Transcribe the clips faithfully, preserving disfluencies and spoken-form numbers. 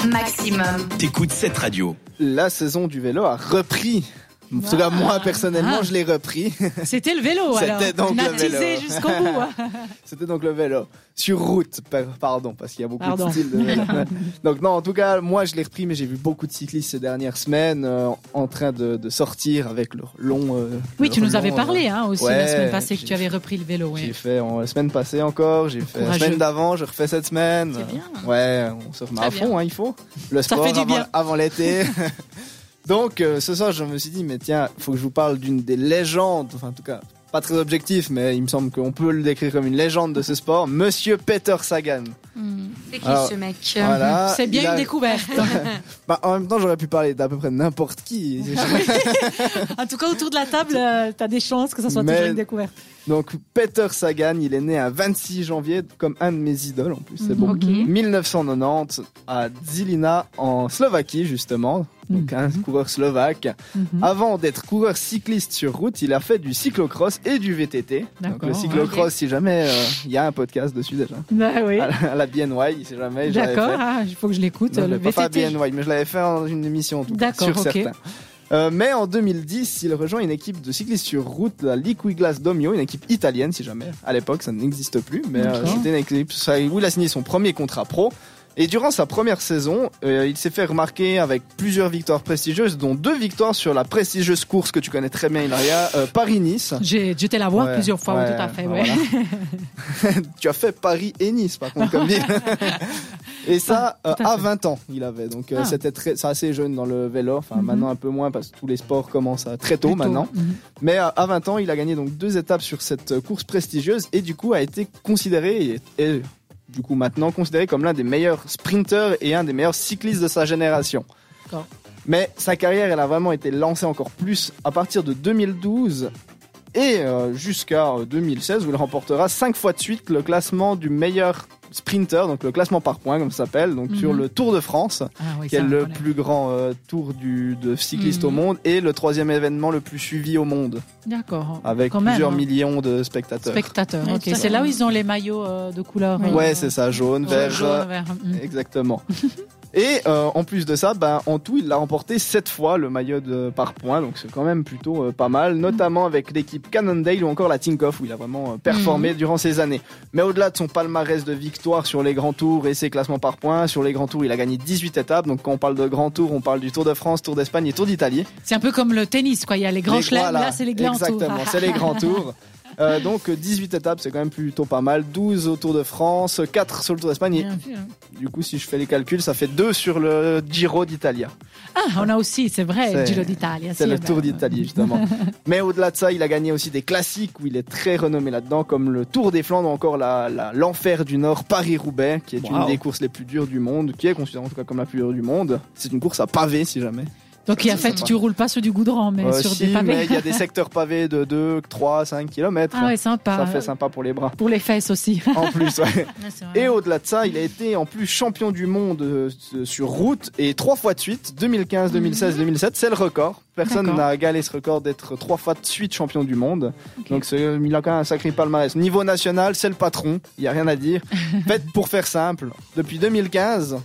maximum. T'écoutes cette radio. La saison du vélo a repris. En tout cas, moi, personnellement, Ah. je l'ai repris. C'était le vélo, alors. C'était donc On a le vélo. teasé jusqu'au bout. C'était donc le vélo. Sur route, par- pardon, parce qu'il y a beaucoup Pardon. de styles de vélo. Donc non, en tout cas, moi, je l'ai repris, mais j'ai vu beaucoup de cyclistes ces dernières semaines euh, en train de, de sortir avec leur long... euh, Oui, leur tu nous long, avais euh, parlé hein, aussi ouais, la semaine passée que j'ai- tu avais repris le vélo. J'ai Ouais. fait en, la semaine passée encore, j'ai fait la Courageux. semaine d'avant, je refais cette semaine. C'est bien. Ouais, on se remet Très à bien. fond, hein, il faut. Le Ça sport fait du avant, bien. avant l'été. Donc, euh, ce soir, je me suis dit, mais tiens, faut que je vous parle d'une des légendes, enfin, en tout cas, pas très objectif, mais il me semble qu'on peut le décrire comme une légende de ce sport, Monsieur Peter Sagan. C'est qui Alors, ce mec Voilà. C'est bien Il une a- découverte. Bah, en même temps, j'aurais pu parler d'à peu près n'importe qui. En tout cas, autour de la table, tu as des chances que ça soit Mais- toujours une découverte. Donc, Peter Sagan, il est né un vingt-six janvier, comme un de mes idoles en plus, c'est bon. Ok. mille neuf cent quatre-vingt-dix à Žilina en Slovaquie justement, donc un coureur slovaque. Mhm. Avant d'être coureur cycliste sur route, il a fait du cyclocross et du V T T. Donc D'accord, le cyclocross, ok. si jamais euh, il y a un podcast dessus déjà, Bah oui. à la, à la B N Y, si jamais. je l'avais D'accord, fait. ah, il faut que je l'écoute. Non, je le l'avais pas V T T. fait à B N Y, mais je l'avais fait dans une émission en tout cas, D'accord, sur ok. certains. Euh, mais en deux mille dix, il rejoint une équipe de cyclistes sur route, la Liquigas Domio, une équipe italienne si jamais. À l'époque, ça n'existe plus, mais euh, D'accord. c'était une équipe ça- où il a signé son premier contrat pro. Et durant sa première saison, euh, il s'est fait remarquer avec plusieurs victoires prestigieuses, dont deux victoires sur la prestigieuse course que tu connais très bien, Ilaria, euh, Paris-Nice. J'ai dû te la voir Ouais, plusieurs fois, oui, ouais, tout à fait. voilà. Ouais. Tu as fait Paris et Nice, par contre, comme dit. Et ça, Ah, euh, tout à à fait. vingt ans, il avait. Donc, euh, Ah. c'était très, c'est assez jeune dans le vélo. Enfin, Mhm. maintenant un peu moins parce que tous les sports commencent à très tôt Plutôt. maintenant. Mhm. Mais à à vingt ans, il a gagné donc deux étapes sur cette euh, course prestigieuse et du coup a été considéré et, et du coup maintenant considéré comme l'un des meilleurs sprinteurs et un des meilleurs cyclistes de sa génération. D'accord. Mais sa carrière, elle a vraiment été lancée encore plus à partir de deux mille douze et euh, jusqu'à euh, deux mille seize où il remportera cinq fois de suite le classement du meilleur sprinter, donc le classement par points comme ça s'appelle, donc Mhm. sur le Tour de France, Ah, oui, qui est ça, le on connaît. plus grand euh, tour du, de cyclistes Mhm. au monde et le troisième événement le plus suivi au monde, D'accord. avec Quand même, plusieurs hein. millions de spectateurs. Spectateurs. Ouais, Ok. ça, C'est là où ouais. ils ont les maillots euh, de couleur. euh, Ouais, c'est ça, jaune, vert, jaune, vert. Mhm. exactement. Et euh, en plus de ça, ben, en tout, il l'a remporté sept fois le maillot de par points, donc c'est quand même plutôt euh, pas mal, notamment avec l'équipe Cannondale ou encore la Tinkoff où il a vraiment euh, performé durant ces années. Mais au-delà de son palmarès de victoires sur les grands tours et ses classements par points, sur les grands tours, il a gagné dix-huit étapes. Donc quand on parle de grands tours, on parle du Tour de France, Tour d'Espagne et Tour d'Italie. C'est un peu comme le tennis, quoi. Il y a les grands Les- chelems, voilà, là, c'est les grands tours. Exactement, c'est les grands tours. Euh, donc euh, dix-huit étapes, c'est quand même plutôt pas mal. douze au Tour de France, quatre sur le Tour d'Espagne. Et Bien vu, hein. du coup, si je fais les calculs, ça fait deux sur le Giro d'Italia. Ah, on a aussi, c'est vrai, C'est- le Giro d'Italia. C'est si, le ben, Tour d'Italie, justement. Mais au-delà de ça, il a gagné aussi des classiques où il est très renommé là-dedans, comme le Tour des Flandres ou encore la, la- l'Enfer du Nord, Paris-Roubaix, qui est Wow. une des courses les plus dures du monde, qui est considérée en tout cas comme la plus dure du monde. C'est une course à pavés, si jamais. Donc, il a C'est fait, sympa. tu roules pas sur du goudron, mais Euh, sur si, des pavés. mais il y a des secteurs pavés de deux, trois, cinq kilomètres. Ah ouais, sympa. Ça fait sympa pour les bras. Pour les fesses aussi. En plus, ouais. Ouais, c'est vrai. Et au-delà de ça, il a été en plus champion du monde euh, sur route et trois fois de suite, deux mille quinze, deux mille seize, deux mille sept, c'est le record. Personne D'accord. n'a égalé ce record d'être trois fois de suite champion du monde. Donc c'est, il a quand même un sacré palmarès. Niveau national, c'est le patron, il y a rien à dire. En fait, pour faire simple, depuis deux mille quinze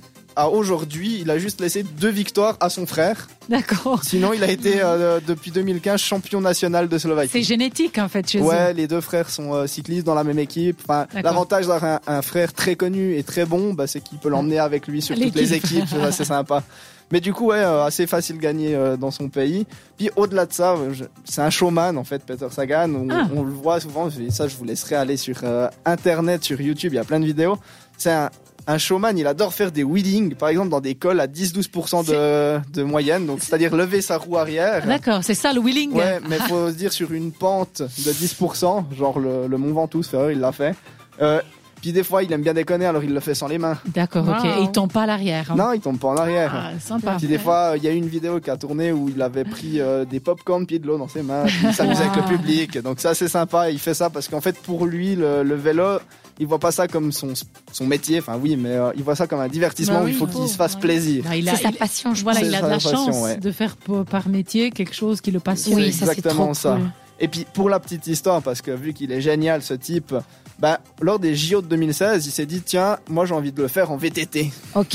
à aujourd'hui, il a juste laissé deux victoires à son frère. D'accord. Sinon, il a été euh, depuis deux mille quinze champion national de Slovaquie. C'est génétique, en fait, chez Ouais, eux. les deux frères sont euh, cyclistes dans la même équipe. Enfin, D'accord. l'avantage d'avoir un, un frère très connu et très bon, bah, c'est qu'il peut l'emmener avec lui sur toutes L'équipe. les équipes. Ça, c'est sympa. Mais du coup, ouais, euh, assez facile de gagner euh, dans son pays. Puis au-delà de ça, euh, je- c'est un showman en fait, Peter Sagan. On, Ah. on le voit souvent. Et ça, je vous laisserai aller sur euh, Internet, sur YouTube. Il y a plein de vidéos. C'est un un showman, il adore faire des wheelings, par exemple dans des cols à dix à douze pour cent de, de moyenne, donc c'est-à-dire lever sa roue arrière. D'accord, c'est ça le wheeling. Ouais, mais faut se dire sur une pente de dix pour cent, genre le, le Mont Ventoux, Ferrer, il l'a fait. Euh, puis des fois, il aime bien déconner, alors il le fait sans les mains. D'accord, ok. Wow. Et il tombe pas à l'arrière. hein. Non, il tombe pas en arrière. Ah, sympa. Puis des fois, il y a eu une vidéo qui a tourné où il avait pris euh, des pop-corn pieds de l'eau dans ses mains, puis il s'amusait avec le Wow. public. Donc ça, c'est sympa. Il fait ça parce qu'en fait, pour lui, le, le vélo, il voit pas ça comme son, son métier. Enfin oui, mais euh, il voit ça comme un divertissement Bah où oui, il faut il qu'il faut, se fasse ouais. plaisir. Bah, il a, C'est sa il- passion, je Voilà, C'est il a sa de la passion, chance ouais. de faire p- par métier quelque chose qui le passionne. Oui, ça, c'est exactement trop ça. cool. Et puis pour la petite histoire, parce que vu qu'il est génial ce type, bah, lors des J O de deux mille seize, il s'est dit tiens, moi j'ai envie de le faire en V T T. Ok.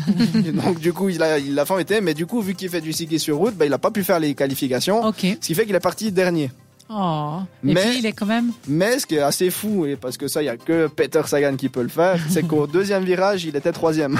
Donc du coup il a il l'a fait en V T T, mais du coup vu qu'il fait du ski sur route, bah, il a pas pu faire les qualifications, Ok. ce qui fait qu'il est parti dernier. Oh. Et Mais- puis il est quand même. Mais ce qui est assez fou, et parce que ça il y a que Peter Sagan qui peut le faire, c'est qu'au deuxième virage il était troisième.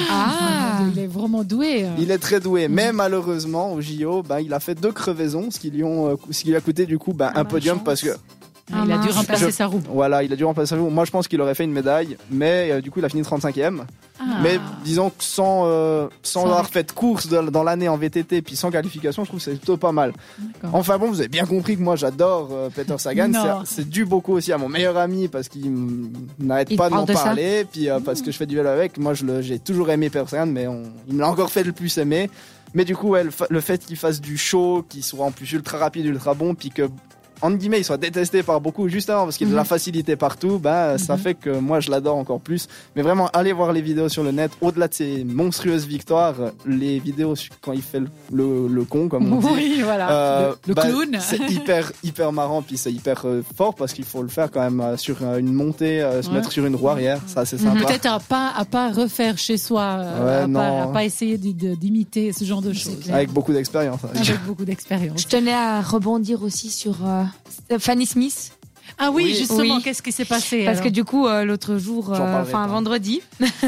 Ah. Il est vraiment doué. euh. Il est très doué, mais malheureusement au J O, bah, il a fait deux crevaisons, ce qui lui ont, euh, ce qui lui a coûté du coup bah, un podium parce que Ah, il a dû mince. remplacer Je- sa roue. voilà, il a dû remplacer sa roue. Moi je pense qu'il aurait fait une médaille, mais euh, du coup il a fini trente-cinquième. Ah. Mais disons que sans, euh, sans Sans- avoir fait de course de- dans l'année en V T T puis sans qualification, je trouve que c'est plutôt pas mal. D'accord. Enfin bon, vous avez bien compris que moi j'adore euh, Peter Sagan. Non. C'est- C'est dû beaucoup aussi à mon meilleur ami parce qu'il m- n'arrête Il pas de parle m'en de ça. parler. Puis euh, parce que je fais du vélo avec, moi je le- j'ai toujours aimé Peter Sagan, mais on- il me l'a encore fait le plus aimer. Mais du coup, ouais, le, fa- le fait qu'il fasse du show, qu'il soit en plus ultra rapide, ultra bon, puis que entre guillemets, il soit détesté par beaucoup justement parce qu'il a de la facilité partout, bah, ça fait que moi je l'adore encore plus. Mais vraiment, allez voir les vidéos sur le net. Au-delà de ses monstrueuses victoires, les vidéos su- quand il fait le, le, le con, comme on dit. Oui, voilà. euh, le le bah, clown. C'est hyper, hyper marrant, puis c'est hyper euh, fort parce qu'il faut le faire quand même euh, sur euh, une montée, euh, se Ouais. mettre sur une roue arrière, ça c'est sympa. Peut-être à pas à pas refaire chez soi, euh, Ouais, à, non. pas, à pas essayer de- de- d'imiter ce genre de choses. Avec beaucoup d'expérience. hein. Avec beaucoup d'expérience. Je tenais à rebondir aussi sur euh, Fanny Smith. Ah oui, Oui. justement, Oui. qu'est-ce qui s'est passé Parce alors que du coup, euh, l'autre jour, J'en euh, parlerai enfin pas. vendredi,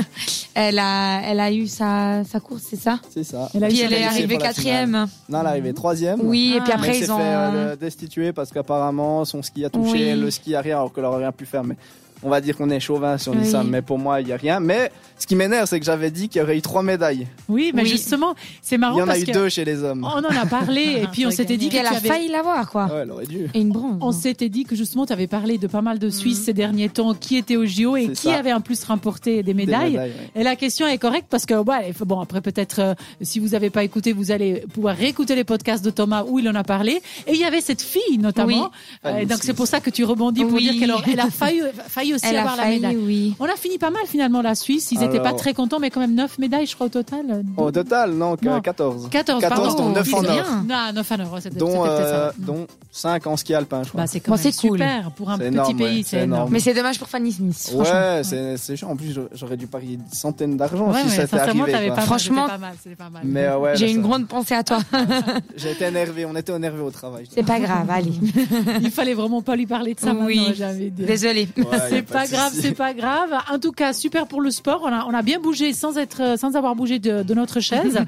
elle a, elle a eu sa, sa course, c'est ça. C'est ça. Elle a eu Puis sa elle est qualifiée arrivée pour la quatrième. Non, elle est arrivée troisième. Oui, et puis Ah. Mais après elle s'est ils ont. fait euh, destituer parce qu'apparemment son ski a touché Oui. le ski arrière alors qu'elle aurait rien pu faire. Mais on va dire qu'on est chauvin si on dit Oui. ça. Mais pour moi, il y a rien. Mais ce qui m'énerve, c'est que j'avais dit qu'il y aurait eu trois médailles. Oui, mais Oui. justement, c'est marrant Il y en a parce eu que deux chez les hommes. on en a parlé et puis on s'était dit Puis que elle tu a avais- failli l'avoir, quoi. Ouais, elle aurait dû. Et une bronze. On s'était dit que justement tu avais parlé de pas mal de Suisses ces derniers temps qui étaient au J O et C'est qui ça. avaient en plus remporté des Des médailles. médailles, ouais. Et la question est correcte parce que ouais, bon après peut-être euh, si vous n'avez pas écouté, vous allez pouvoir réécouter les podcasts de Thomas où il en a parlé. Et il y avait cette fille notamment. Oui. Euh, Fanny donc c'est Smith. pour ça que tu rebondis pour Oui. dire qu'elle a, elle a failli, failli aussi Elle a avoir la failli, médaille. oui. On a fini pas mal finalement la Suisse. Ils n'étaient pas Alors- très contents, mais quand même neuf médailles, je crois au total. Au total, non, que Non. quatorze. quatorze, quatorze, pardon. dont neuf en Ils- or. Non, neuf en or. C'était Dont, c'était peut-être euh, ça. dont cinq en ski alpin, je crois. Bah, c'est quand Bon, même c'est cool. super pour un C'est petit énorme, pays, ouais, c'est c'est énorme. énorme. Mais c'est dommage pour Fanny Smith. franchement. ouais, c'est c'est chiant. En plus, j'aurais dû parier une centaine d'argent Ouais, si ouais, ça était sincèrement, arrivé. t'avais quoi. pas mal, Franchement. c'était pas mal, c'était pas mal. Mais euh, ouais, J'ai bah, une ça- grande pensée à toi. J'ai été énervé. On était énervé au travail. C'est pas grave, allez. Il fallait vraiment pas lui parler de ça Oui. maintenant, j'ai envie de dire. Désolée. Ouais, y a C'est pas pas de grave, souci. c'est pas grave. En tout cas, super pour le sport. On a, on a bien bougé sans être, sans avoir bougé de, de notre chaise.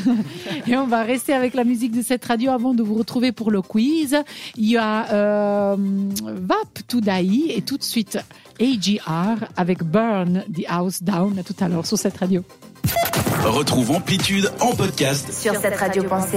Et on va rester avec la musique de cette radio avant de vous retrouver pour le quiz. Il y a euh, Vap to Die et tout de suite A G R avec Burn the House Down. À tout à l'heure sur cette radio. Retrouve Amplitude en podcast Sur cette radio pensée.